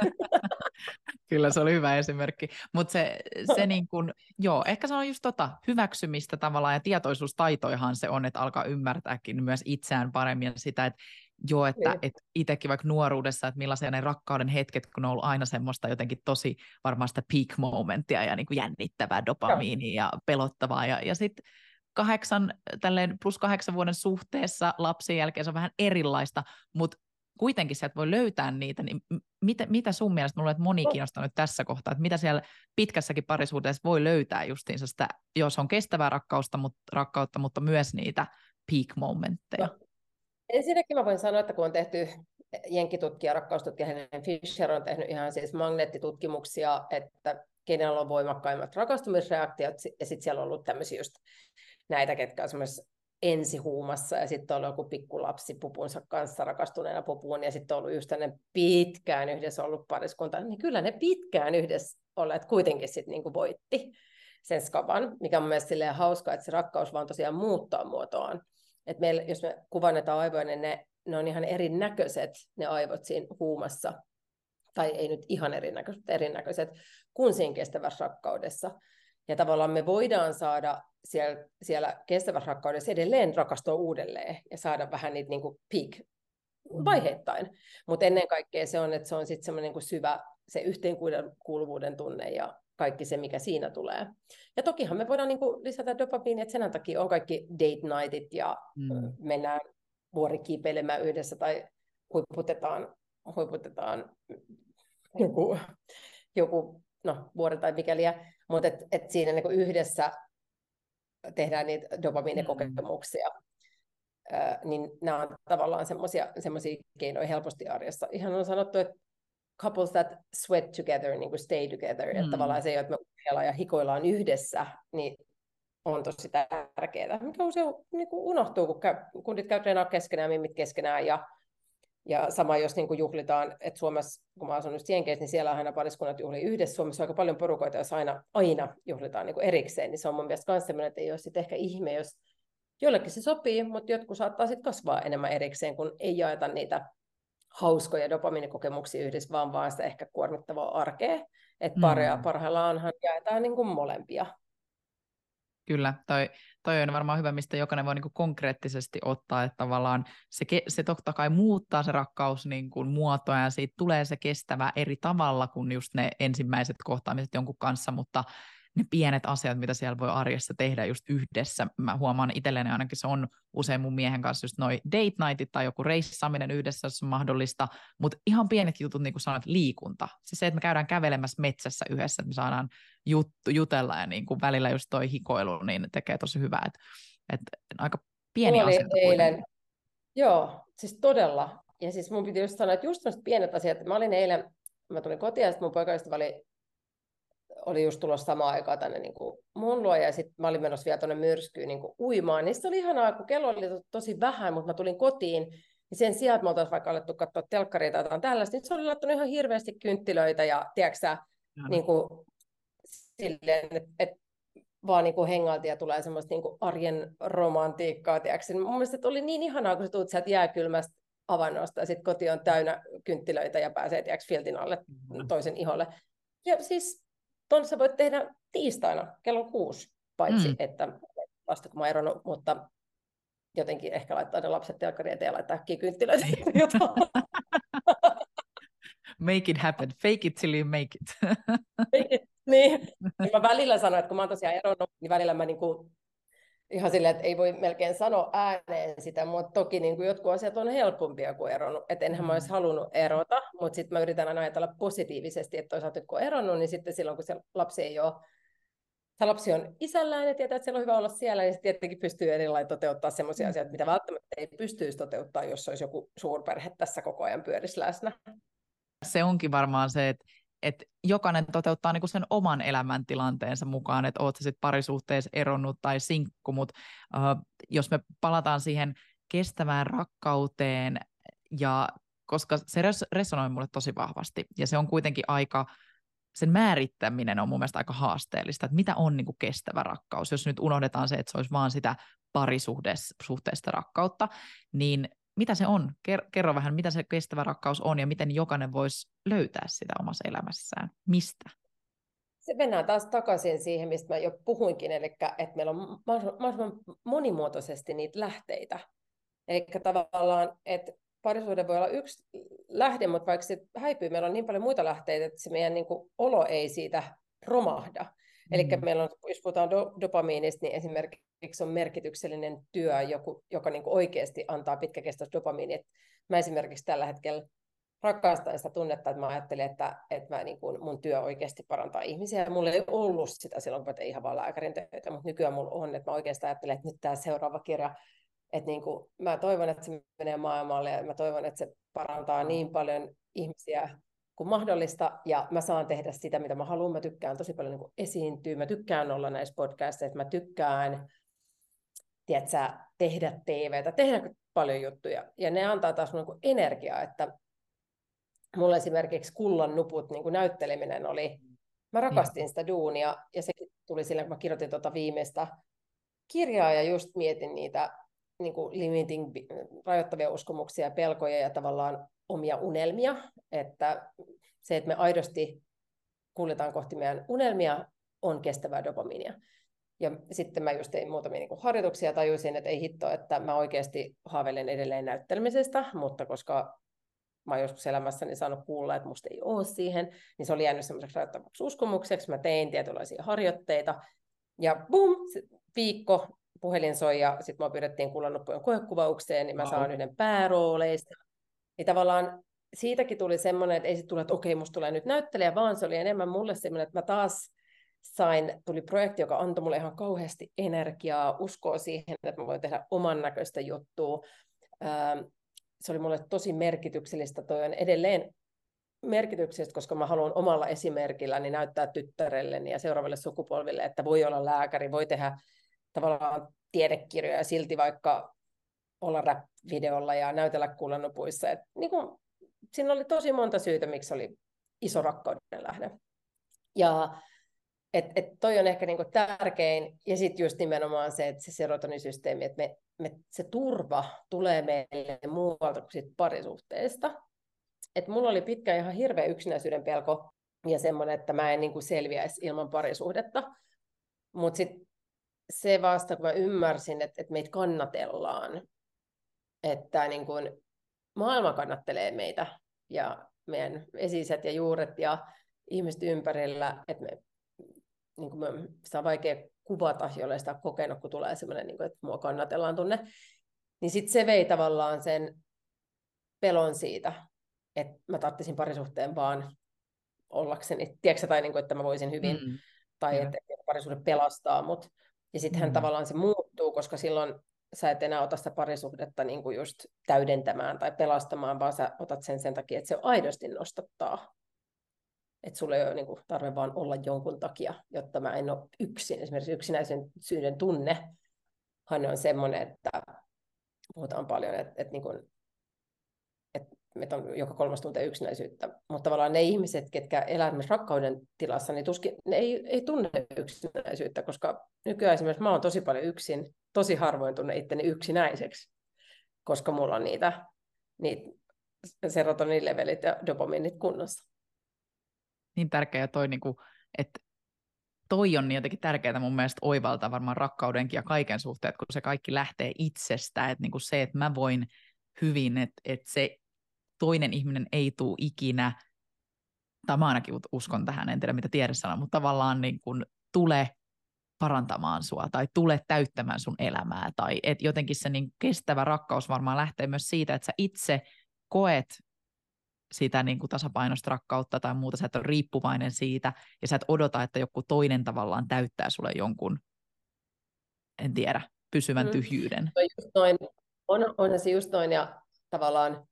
Kyllä se oli hyvä esimerkki, mutta se, se niin kun, joo, ehkä se on just tota hyväksymistä tavallaan, ja tietoisuustaitoihan se on, että alkaa ymmärtääkin myös itseään paremmin sitä, että joo, että niin. et itsekin vaikka nuoruudessa, että millaisia ne rakkauden hetket, kun on ollut aina semmoista jotenkin tosi varmaan sitä peak momenttia ja niin kuin jännittävää dopamiinia ja pelottavaa, ja, ja sitten kahdeksan, tälleen plus kahdeksan vuoden suhteessa lapsen jälkeen se on vähän erilaista, mutta kuitenkin sieltä voi löytää niitä, niin mitä, mitä sun mielestä, mulla on, että moni kiinnostaa nyt tässä kohtaa, että mitä siellä pitkässäkin parisuhteessa voi löytää justiinsa sitä, jos on kestävää rakkausta, mutta, rakkautta, mutta myös niitä peak momentteja. No. Ensinnäkin mä voin sanoa, että kun on tehty jenkkitutkija, rakkaustutkija Helen Fisher on tehnyt ihan siis magneettitutkimuksia, että kenellä on voimakkaimmat rakastumisreaktiot, ja sitten siellä on ollut tämmöisiä just näitä, ketkä on semmoisessa ensihuumassa, ja sitten on ollut joku pikkulapsi pupunsa kanssa rakastuneena pupuun, ja sitten on ollut just tänne pitkään yhdessä ollut pariskunta, niin kyllä ne pitkään yhdessä olleet kuitenkin sitten niinku voitti sen skaban, mikä on mielestäni silleen hauskaa, että se rakkaus vaan tosiaan muuttaa muotoaan. Että meillä, jos me kuvannetaan aivoja, niin ne, ne on ihan erinäköiset, ne aivot siinä huumassa, tai ei nyt ihan erinäköiset, erinäköiset kuin siinä kestävässä rakkaudessa. Ja tavallaan me voidaan saada siellä, siellä kestävässä rakkaudessa edelleen rakastua uudelleen ja saada vähän niitä niin kuin peak-vaiheittain. Mutta ennen kaikkea se on, että se on sitten semmoinen niin kuin syvä se yhteenkuuluvuuden tunne ja kaikki se, mikä siinä tulee. Ja tokihan me voidaan niin kuin lisätä dopamiinia, että sen takia on kaikki date nightit ja mm. mennään vuorikiipeilemään yhdessä tai huiputetaan, huiputetaan joku, joku no, vuori tai mikäliä, mutta et, et siinä niin kuin yhdessä tehdään niitä dopamiinikokemuksia, mm. äh, niin nämä on tavallaan semmoisia keinoja helposti arjessa. Ihan on sanottu, että couples that sweat together, niin kuin stay together, mm. että tavallaan se, että me uhjellaan ja hikoillaan yhdessä, niin on tosi tärkeää, mikä usein niin kuin unohtuu, kun käy, kundit käy treenaamaan keskenään, mimmit keskenään, ja, ja sama jos niin kuin juhlitaan, että Suomessa, kun mä asun just Jenkeissä, niin siellä aina pariskunnat juhlii yhdessä. Suomessa on aika paljon porukoita, jos aina, aina juhlitaan niin kuin erikseen, niin se on mun mielestä myös sellainen, että ei ole sitten ehkä ihme, jos joillekin se sopii, mutta jotkut saattaa sitten kasvaa enemmän erikseen, kun ei jaeta niitä hauskoja dopamiinikokemuksia yhdessä, vaan vaan sitä ehkä kuormittavaa arkea, että mm. parhaillaanhan jaetaan niin kuin molempia. Kyllä, toi, toi on varmaan hyvä, mistä jokainen voi niin kuin konkreettisesti ottaa, että tavallaan se, se totta kai muuttaa se rakkaus niin kuin muotoa, ja siitä tulee se kestävä eri tavalla kuin just ne ensimmäiset kohtaamiset jonkun kanssa, mutta ne pienet asiat, mitä siellä voi arjessa tehdä just yhdessä. Mä huomaan itselleni ainakin se on usein mun miehen kanssa just noi date nightit tai joku reissaaminen yhdessä, jos on mahdollista, mutta ihan pienet jutut, niin kuin sanoit, liikunta. Siis se, että me käydään kävelemässä metsässä yhdessä, että me saadaan juttu, jutella ja niin kuin välillä just toi hikoilu, niin tekee tosi hyvää. Että et, aika pieni asia. Eilen, joo, siis todella. Ja siis mun piti just sanoa, että just pienet asiat. Mä olin eilen, mä tulin kotiin ja sitten mun poikaystävä oli oli just tulossa samaan aikaan tänne niin kuin mun luo, ja sitten mä olin menossa vielä tuonne myrskyyn niin kuin uimaan, niin se oli ihanaa, kun kello oli tosi vähän, mutta mä tulin kotiin, niin sen sijaan, että me oltaisiin vaikka alettu katsoa telkkaria tai jotain tällaista, niin se oli laittanut ihan hirveästi kynttilöitä, ja tiedätkö niin kuin, silleen, että et, vaan niin kuin hengailtiin ja tulee semmoista niin kuin arjen romantiikkaa, tiedätkö. Mun mielestä että oli niin ihanaa, kun sä tulet sieltä jääkylmästä avannosta, ja sitten koti on täynnä kynttilöitä ja pääsee tiiäks, filtin alle toisen iholle. Ja siis ton sä voit tehdä tiistaina kello kuusi, paitsi mm. että vasta kun mä oon eronnut, mutta jotenkin ehkä laittaa ne lapset telkkariin eteen ja laittaa äkkiä kynttilöitä. Make it happen. Fake it till you make it. Niin. Mä välillä sanon, että kun mä oon tosiaan eronnut, niin välillä mä niinku ihan silleen, että ei voi melkein sanoa ääneen sitä, mutta toki niin kuin jotkut asiat on helpompia kuin eronnut. Että enhän mä olisi halunnut erota, mutta sitten mä yritän aina ajatella positiivisesti, että toisaalta kun on eronnut, niin sitten silloin kun se lapsi ei ole, se lapsi on isällään ja tietää, että siellä on hyvä olla siellä, niin sitten tietenkin pystyy erilainen toteuttaa sellaisia asioita, mitä välttämättä ei pystyisi toteuttaa, jos olisi joku suurperhe tässä koko ajan pyörisi läsnä. Se onkin varmaan se, että että jokainen toteuttaa niinku sen oman elämäntilanteensa mukaan, että oot sä sitten parisuhteessa eronnut tai sinkku, mutta uh, jos me palataan siihen kestävään rakkauteen, ja koska se res- resonoi mulle tosi vahvasti, ja se on kuitenkin aika, sen määrittäminen on mun mielestä aika haasteellista, että mitä on niinku kestävä rakkaus, jos nyt unohdetaan se, että se olisi vaan sitä parisuhteesta rakkautta, niin mitä se on? Kerro vähän, mitä se kestävä rakkaus on ja miten jokainen voisi löytää sitä omassa elämässään. Mistä? Se mennään taas takaisin siihen, mistä mä jo puhuinkin, eli että meillä on mahdollisimman monimuotoisesti niitä lähteitä. Eli tavallaan, että parisuhde voi olla yksi lähde, mutta vaikka se häipyy, meillä on niin paljon muita lähteitä, että se meidän niin kuin, olo ei siitä romahda. Mm. Eli meillä on, jos puhutaan do- dopamiinista, niin esimerkiksi on merkityksellinen työ, joku, joka niin kuin oikeasti antaa pitkäkestoista dopamiinia. Mä esimerkiksi tällä hetkellä rakastan sitä tunnetta, että mä ajattelin, että, että mä, niin kuin, mun työ oikeasti parantaa ihmisiä. Mulla ei ollut sitä silloin, kun mä tein ihan vaan lääkärin töitä, mutta nykyään mulla on, että mä oikeastaan ajattelen, että nyt tämä seuraava kirja, että niin kuin, mä toivon, että se menee maailmalle ja mä toivon, että se parantaa niin paljon ihmisiä kuin mahdollista, ja mä saan tehdä sitä, mitä mä haluan. Mä tykkään tosi paljon niin kuin esiintyä, mä tykkään olla näissä podcasteissa, mä tykkään tiedätkö, tehdä T V:tä, tehdä paljon juttuja, ja ne antaa taas niin kuin energiaa, että mulla esimerkiksi Kullan nuput niin kuin näytteleminen oli, mä rakastin sitä duunia, ja se tuli silloin, kun mä kirjoitin tuota viimeistä kirjaa, ja just mietin niitä niin kuin limiting, rajoittavia uskomuksia, pelkoja ja tavallaan omia unelmia, että se, että me aidosti kuljetaan kohti meidän unelmia, on kestävää dopamiinia. Ja sitten mä just tein muutamia niin kuin harjoituksia ja tajusin, että ei hitto, että mä oikeasti haaveilen edelleen näyttelemisestä, mutta koska mä oon joskus elämässäni saanut kuulla, että musta ei ole siihen, niin se oli jäänyt semmoiseksi rajoittavaksi uskomukseksi. Mä tein tietynlaisia harjoitteita, ja bum, viikko, puhelin soi, ja sitten mä pyydettiin Kullanuppujen koekuvaukseen, niin mä saan wow. yhden päärooleista. Niin tavallaan siitäkin tuli semmoinen, että ei se tule, että okei, musta tulee nyt näyttelijä, vaan se oli enemmän mulle semmoinen, että mä taas sain, tuli projekti, joka antoi mulle ihan kauheasti energiaa, uskoa siihen, että mä voin tehdä oman näköistä juttua. Se oli mulle tosi merkityksellistä, toi on edelleen merkityksellistä, koska mä haluan omalla esimerkilläni näyttää tyttärelleni ja seuraaville sukupolville, että voi olla lääkäri, voi tehdä tavallaan tiedekirjoja ja silti vaikka olla rap-videolla ja näytellä Kullannupuissa. Et, niin kun, siinä oli tosi monta syytä, miksi oli iso rakkauden lähde. Ja et, et toi on ehkä niinku tärkein, ja sitten just nimenomaan se, että se serotonisysteemi, että me, me, se turva tulee meille muualta kuin siitä parisuhteesta. Et mulla oli pitkään ihan hirveä yksinäisyyden pelko ja semmoinen, että mä en niinku selviäisi ilman parisuhdetta. Mutta sitten se vasta, kun mä ymmärsin, että, että meitä kannatellaan, että niin kun maailma kannattelee meitä ja meidän esi-isät ja juuret ja ihmiset ympärillä, että me, niin kun me, sitä on vaikea kuvata, jolle sitä on kokenut, kun tulee semmoinen, niin kun, että mua kannatellaan tunne, niin sitten se vei tavallaan sen pelon siitä, että mä tarttisin parisuhteen vaan ollakseni, tiedätkö, tai niin kuin, että mä voisin hyvin, mm. tai yeah. että parisuhde pelastaa mut. Ja sittenhän mm. tavallaan se muuttuu, koska silloin sä et enää ota sitä parisuhdetta niin kuin just täydentämään tai pelastamaan, vaan sä otat sen sen takia, että se aidosti nostattaa. Että sulla ei ole niin kuin tarve vaan olla jonkun takia, jotta mä en ole yksin. Esimerkiksi yksinäisyyden tunnehan on semmoinen, että puhutaan paljon, että, että, niin kuin, että meitä on joka kolmas tunte yksinäisyyttä. Mutta tavallaan ne ihmiset, ketkä elävät rakkauden tilassa, niin tuskin, ne ei, ei tunne yksinäisyyttä, koska nykyään esimerkiksi mä oon tosi paljon yksin, tosi harvoin tunne itteni yksinäiseksi, koska mulla on niitä niitä serotonilevelit ja dopamiinit kunnossa. Niin tärkeä toi, niinku, että toi on jotenkin tärkeää mun mielestä oivaltaa varmaan rakkaudenkin ja kaiken suhteen, että kun se kaikki lähtee itsestä, että niinku se, että mä voin hyvin, että, että se toinen ihminen ei tule ikinä, tai mä ainakin uskon tähän, en tiedä mitä tiede sanoo, mutta tavallaan niin kuin tule parantamaan sua tai tule täyttämään sun elämää. Tai et jotenkin se niin kestävä rakkaus varmaan lähtee myös siitä, että sä itse koet sitä niin kuin tasapainoista rakkautta tai muuta, sä et ole riippuvainen siitä ja sä et odota, että joku toinen tavallaan täyttää sulle jonkun, en tiedä, pysyvän Mm. tyhjyyden. On, just noin. on, onhan se just noin ja tavallaan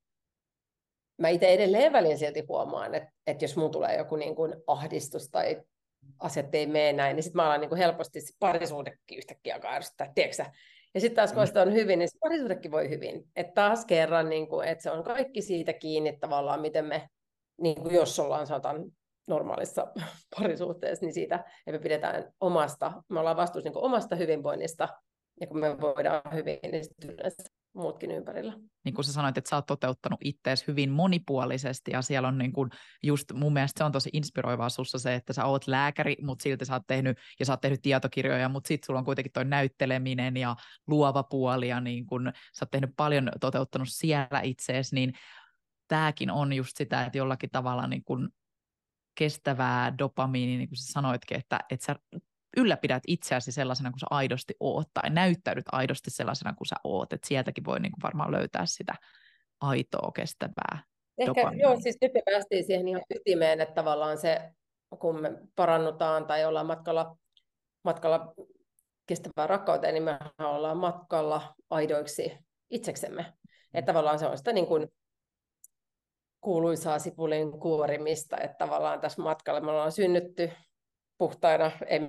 mä itse edelleen välin silti huomaan, että, että jos mun tulee joku niin kuin ahdistus tai asiat ei mene näin, niin sitten mä alan niin kuin helposti parisuhdekin yhtäkkiä alkaa ärsyttää, tiedätkö sä? Ja sitten taas kun sitä on hyvin, niin parisuhdekin voi hyvin. Että taas kerran, niin kuin, että se on kaikki siitä kiinni tavallaan, miten me, niin kuin jos ollaan sanotaan normaalissa parisuhteessa, niin siitä, että me pidetään omasta, me ollaan vastuussa niin kuin omasta hyvinvoinnista, ja kun me voidaan hyvin, niin sitten yleensä muutkin ympärillä. Niin kuin sä sanoit, että sä oot toteuttanut itseäsi hyvin monipuolisesti ja siellä on niin kuin just mun mielestä se on tosi inspiroivaa sussa se, että sä oot lääkäri, mutta silti sä oot tehnyt ja sä oot tehnyt tietokirjoja, mutta sit sulla on kuitenkin toi näytteleminen ja luova puoli ja niin kuin sä oot tehnyt paljon, toteuttanut siellä itseesi, niin tääkin on just sitä, että jollakin tavalla niin kuin kestävää dopamiini, niin kuin sä sanoitkin, että, että sä ylläpidät itseäsi sellaisena kuin sä aidosti oot, tai näyttäydyt aidosti sellaisena kuin sä oot, että sieltäkin voi niin kuin varmaan löytää sitä aitoa, kestävää dopamiinia. Joo, siis nyt me päästiin siihen ihan ytimeen, että tavallaan se, kun me parannutaan tai ollaan matkalla, matkalla kestävään rakkauteen, niin me ollaan matkalla aidoiksi itseksemme. Mm. Että tavallaan se on sitä niin kuin kuuluisaa sipulin kuorimista, että tavallaan tässä matkalla me ollaan synnytty puhtaina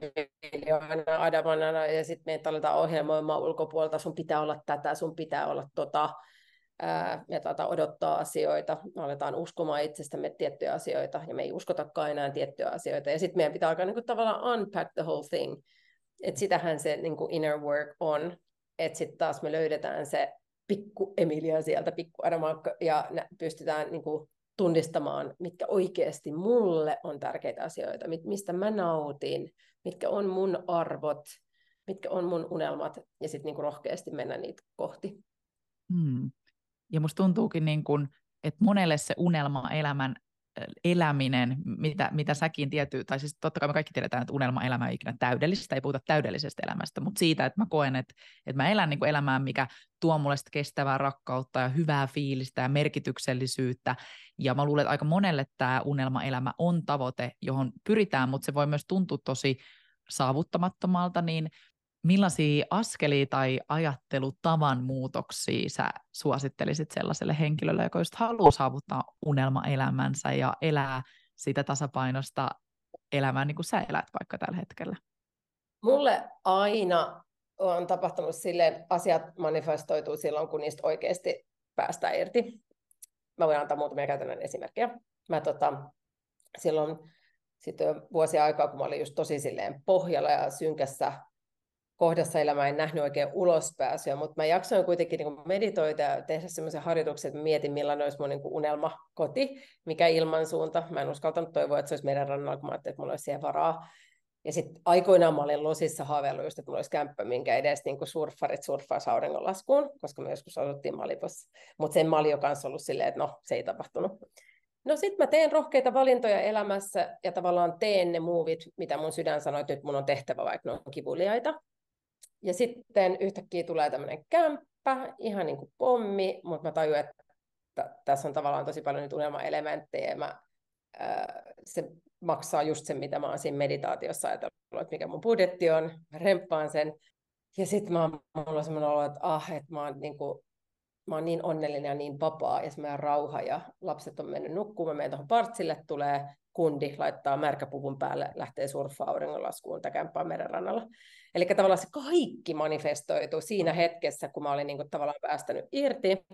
Emiliana, Adamana, ja sitten meitä aletaan ohjelmoimaan ulkopuolelta, sun pitää olla tätä, sun pitää olla tota, ää, me tota, odottaa asioita, me aletaan uskomaan itsestämme tiettyjä asioita, ja me ei uskotakaan enää tiettyjä asioita, ja sitten meidän pitää alkaa niin kuin, tavallaan unpack the whole thing, että sitähän se niin kuin inner work on, että sitten taas me löydetään se pikku Emilia sieltä, pikku Adama, ja pystytään niin kuin, tunnistamaan, mitkä oikeasti mulle on tärkeitä asioita, mistä mä nautin, mitkä on mun arvot, mitkä on mun unelmat, ja sitten niinku rohkeasti mennä niitä kohti. Hmm. Ja musta tuntuukin, niin kun, että monelle se unelma-elämän eläminen, mitä, mitä säkin tietyy, tai siis totta kai me kaikki tiedetään, että unelma-elämä ei ikinä täydellistä, ei puhuta täydellisestä elämästä, mutta siitä, että mä koen, että, että mä elän niin kuin elämää, mikä tuo mulle kestävää rakkautta ja hyvää fiilistä ja merkityksellisyyttä, ja mä luulen, että aika monelle tämä unelma-elämä on tavoite, johon pyritään, mutta se voi myös tuntua tosi saavuttamattomalta, niin millaisia askelia tai ajattelutavan muutoksia sä suosittelisit sellaiselle henkilölle, joka just haluaa saavuttaa unelmaelämänsä ja elää sitä tasapainosta elämää niin kuin sä elät vaikka tällä hetkellä? Mulle aina on tapahtunut silleen, että asiat manifestoituu silloin, kun niistä oikeasti päästään irti. Mä voin antaa muutamia käytännön esimerkkejä. Mä tota, silloin sitten vuosia aikaa, kun mä olin just tosi silleen pohjalla ja synkässä kohdassa elämää, en nähnyt oikein ulospääsyä, mutta mä jaksoin kuitenkin niin kuin meditoida ja tehdä semmoisen harjoituksen, että mietin, millainen olisi mun niin kuin unelmakoti, mikä ilmansuunta. Mä en uskaltanut toivoa, että se olisi meidän rannalla, kun mä ajattelin, että mulla olisi siihen varaa. Ja sitten aikoinaan mä olin Losissa haaveillut just, että mulla olisi kämppä, minkä edes niin kuin surffarit surffaisi auringonlaskuun, koska me joskus asuttiin Malibussa. Mutta sen Malio kanssa ollut silleen, että no, se ei tapahtunut. No sit mä teen rohkeita valintoja elämässä ja tavallaan teen ne muuvit, mitä mun sydän sanoi, että nyt mun on tehtävä, vaikka ne on kivuliaita. Ja sitten yhtäkkiä tulee tämmöinen kämppä, ihan niin kuin pommi, mutta mä tajuin, että tässä on tavallaan tosi paljon nyt unelmaelementtejä, ja mä, ää, se maksaa just sen, mitä mä oon siinä meditaatiossa ajatellut, että mikä mun budjetti on, mä remppaan sen. Ja sitten mä mulla on semmoinen olo, että ah, että mä oon, niin kuin, mä oon niin onnellinen ja niin vapaa, ja mä oon rauha, ja lapset on mennyt nukkumaan, mä menen tuohon partsille, tulee kundi, laittaa märkäpuvun päälle, lähtee surffaa auringonlaskuun tai kämppää merenrannalla. Eli tavallaan se kaikki manifestoituu siinä hetkessä, kun mä olin niin kuin tavallaan päästänyt irti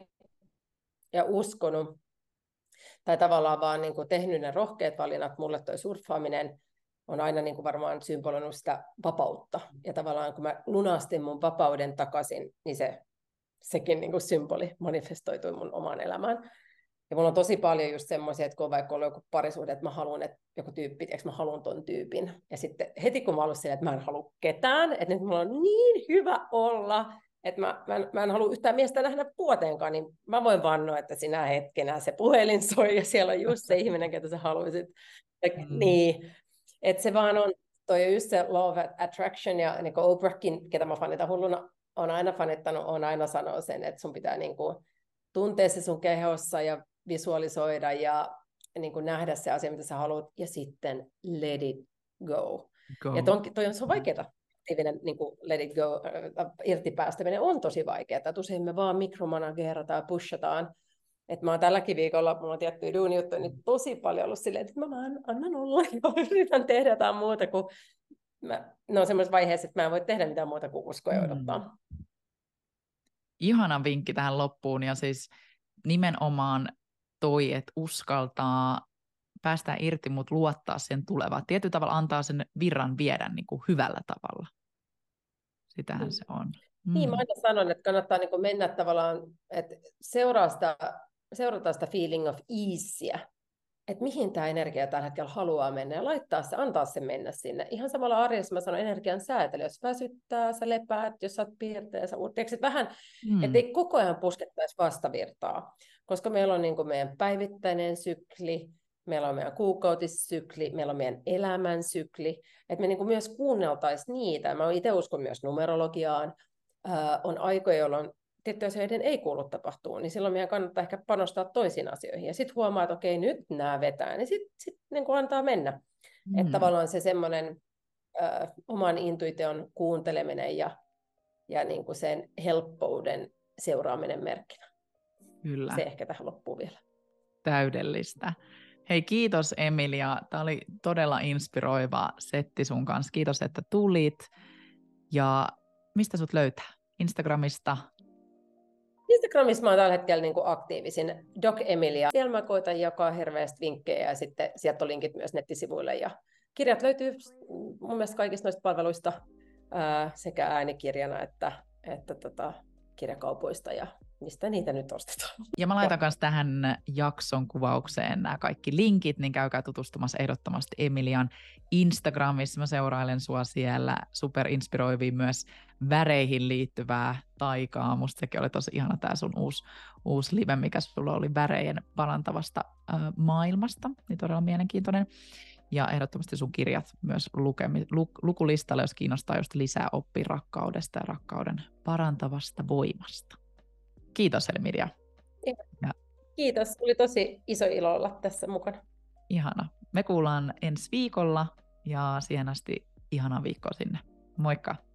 ja uskonut, tai tavallaan vaan niin kuin tehnyt ne rohkeat valinnat. Mulle toi surffaaminen on aina niin kuin varmaan symboloinut sitä vapautta. Ja tavallaan kun mä lunastin mun vapauden takaisin, niin se sekin niin kuin symboli manifestoitui mun omaan elämään. Ja mulla on tosi paljon just semmoisia, että kun on vaikka ollut joku parisuhde, että mä haluan, että joku tyyppi, että mä haluan ton tyypin. Ja sitten heti kun mä ollut silleen, että mä en halua ketään, että nyt mulla on niin hyvä olla, että mä, mä, en, mä en halua yhtään miestä nähdä vuoteenkaan, niin mä voin vannoa, että sinä hetkenä se puhelin soi ja siellä on just se ihminen, ketä sä haluaisit. Mm. Niin, että se vaan on, toi on just se law of attraction ja niin kuin Oprahkin, ketä mä fanitan hulluna, on aina fanittanut, on aina sanoo sen, että sun pitää niin kuin tuntea se sun kehossa ja visualisoida ja niin kuin nähdä se asia, mitä sä haluat, ja sitten let it go. go. Ja ton, toi on, se on vaikeaa. Aktiivinen niin kuin let it go, äh, irtipäästäminen on tosi vaikeaa. Usein me vaan mikromanageerataan ja pushataan. Et mä oon tälläkin viikolla, mulla on tiettyjä duunijuttuja, niin tosi paljon ollut silleen, että mä vaan annan olla ja yritän tehdä jotain muuta kuin mä, ne on semmoisessa vaiheessa, että mä en voi tehdä mitään muuta kuin uskoa ja odottaa. Mm. Ihana vinkki tähän loppuun, ja siis nimenomaan toi, että uskaltaa päästä irti, mutta luottaa sen tulevaan. Tietyllä tavalla antaa sen virran viedä niin kuin hyvällä tavalla. Sitähän mm. se on. Mm. Niin, mä aina sanon, että kannattaa niin kuin mennä tavallaan, että seuraa sitä, seurata sitä feeling of easeä, että mihin tämä energia tällä hetkellä haluaa mennä ja laittaa se, antaa se mennä sinne. Ihan samalla arjessa mä sanon energian säätely, jos väsyttää, sä lepäät, jos sä oot piirteä, sä uudekset vähän, mm. ettei koko ajan puskettaisi vastavirtaa, koska meillä on niin kuin meidän päivittäinen sykli, meillä on meidän kuukautissykli, meillä on meidän elämän sykli, että me niin kuin myös kuunneltaisiin niitä. Mä itse uskon myös numerologiaan, äh, on aikoja, jolloin tiettyjä asioiden ei kuulu tapahtua, niin silloin meidän kannattaa ehkä panostaa toisiin asioihin. Ja sitten huomaa, että okei, nyt nämä vetää, niin sitten sit, niin antaa mennä. Mm. Että tavallaan se semmoinen äh, oman intuition kuunteleminen ja, ja niin kuin sen helppouden seuraaminen merkkinä. Kyllä. Se ehkä tähän loppuu vielä. Täydellistä. Hei, kiitos Emilia. Tämä oli todella inspiroiva setti sun kanssa. Kiitos, että tulit. Ja mistä sut löytää? Instagramista? Instagramissa mä oon tällä hetkellä niin kuin aktiivisin. Doc Emilia. Siellä mä koitan jakaa hirveästi vinkkejä ja sitten sieltä on linkit myös nettisivuille. Ja kirjat löytyy mun mielestä kaikista noista palveluista ää, sekä äänikirjana että, että tota, kirjakaupoista ja mistä niitä nyt ostetaan. Ja mä laitan myös tähän jakson kuvaukseen nämä kaikki linkit, niin käykää tutustumassa ehdottomasti Emilian Instagramissa. Mä seurailen sua siellä, superinspiroivia myös väreihin liittyvää taikaa. Musta sekin oli tosi ihana tää sun uusi, uusi live, mikä sulla oli värejen parantavasta äh, maailmasta, niin todella mielenkiintoinen. Ja ehdottomasti sun kirjat myös lukemi, luk, lukulistalle, jos kiinnostaa just lisää oppia rakkaudesta ja rakkauden parantavasta voimasta. Kiitos Emilia. Ja. Kiitos, oli tosi iso ilo olla tässä mukana. Ihana. Me kuullaan ensi viikolla ja siihen asti ihanaa viikkoa sinne. Moikka!